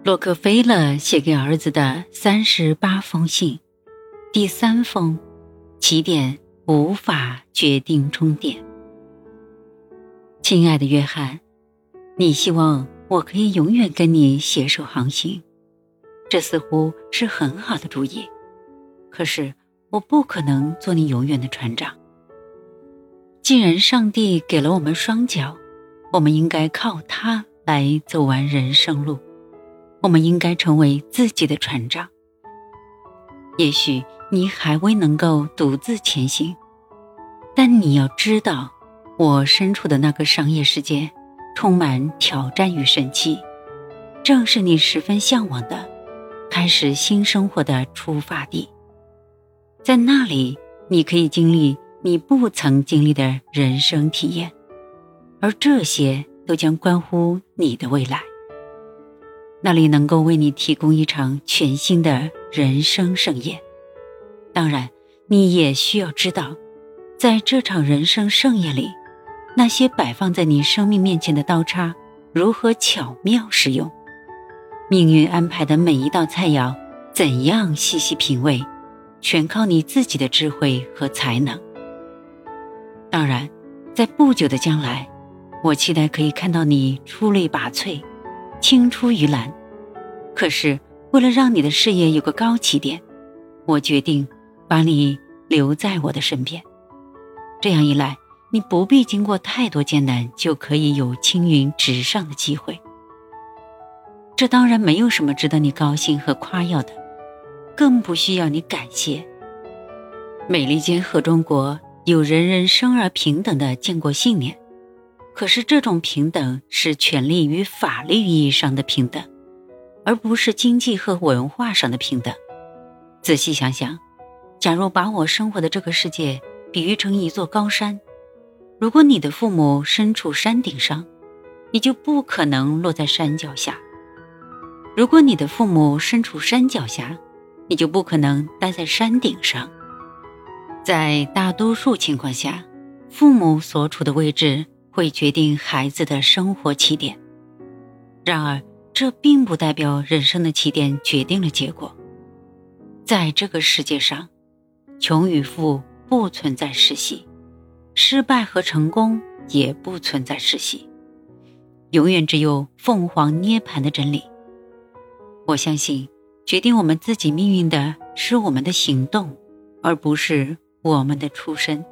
洛克菲勒写给儿子的38封信，第3封，起点无法决定终点。亲爱的约翰，你希望我可以永远跟你携手航行，这似乎是很好的主意。可是我不可能做你永远的船长。既然上帝给了我们双脚，我们应该靠它来走完人生路。我们应该成为自己的船长。也许你还未能够独自前行，但你要知道，我身处的那个商业世界充满挑战与神奇，正是你十分向往的开始新生活的出发地。在那里，你可以经历你不曾经历的人生体验，而这些都将关乎你的未来。那里能够为你提供一场全新的人生盛宴。当然，你也需要知道，在这场人生盛宴里，那些摆放在你生命面前的刀叉如何巧妙使用，命运安排的每一道菜肴怎样细细品味，全靠你自己的智慧和才能。当然，在不久的将来，我期待可以看到你出类拔萃，青出于蓝。可是为了让你的事业有个高起点，我决定把你留在我的身边。这样一来，你不必经过太多艰难，就可以有青云直上的机会。这当然没有什么值得你高兴和夸耀的，更不需要你感谢。美利坚合众国有人人生而平等的建国信念，可是这种平等是权利与法律意义上的平等，而不是经济和文化上的平等。仔细想想，假如把我生活的这个世界比喻成一座高山，如果你的父母身处山顶上，你就不可能落在山脚下；如果你的父母身处山脚下，你就不可能待在山顶上。在大多数情况下，父母所处的位置会决定孩子的生活起点。然而，这并不代表人生的起点决定了结果。在这个世界上，穷与富不存在世袭，失败和成功也不存在世袭，永远只有凤凰涅槃的真理。我相信，决定我们自己命运的是我们的行动，而不是我们的出身。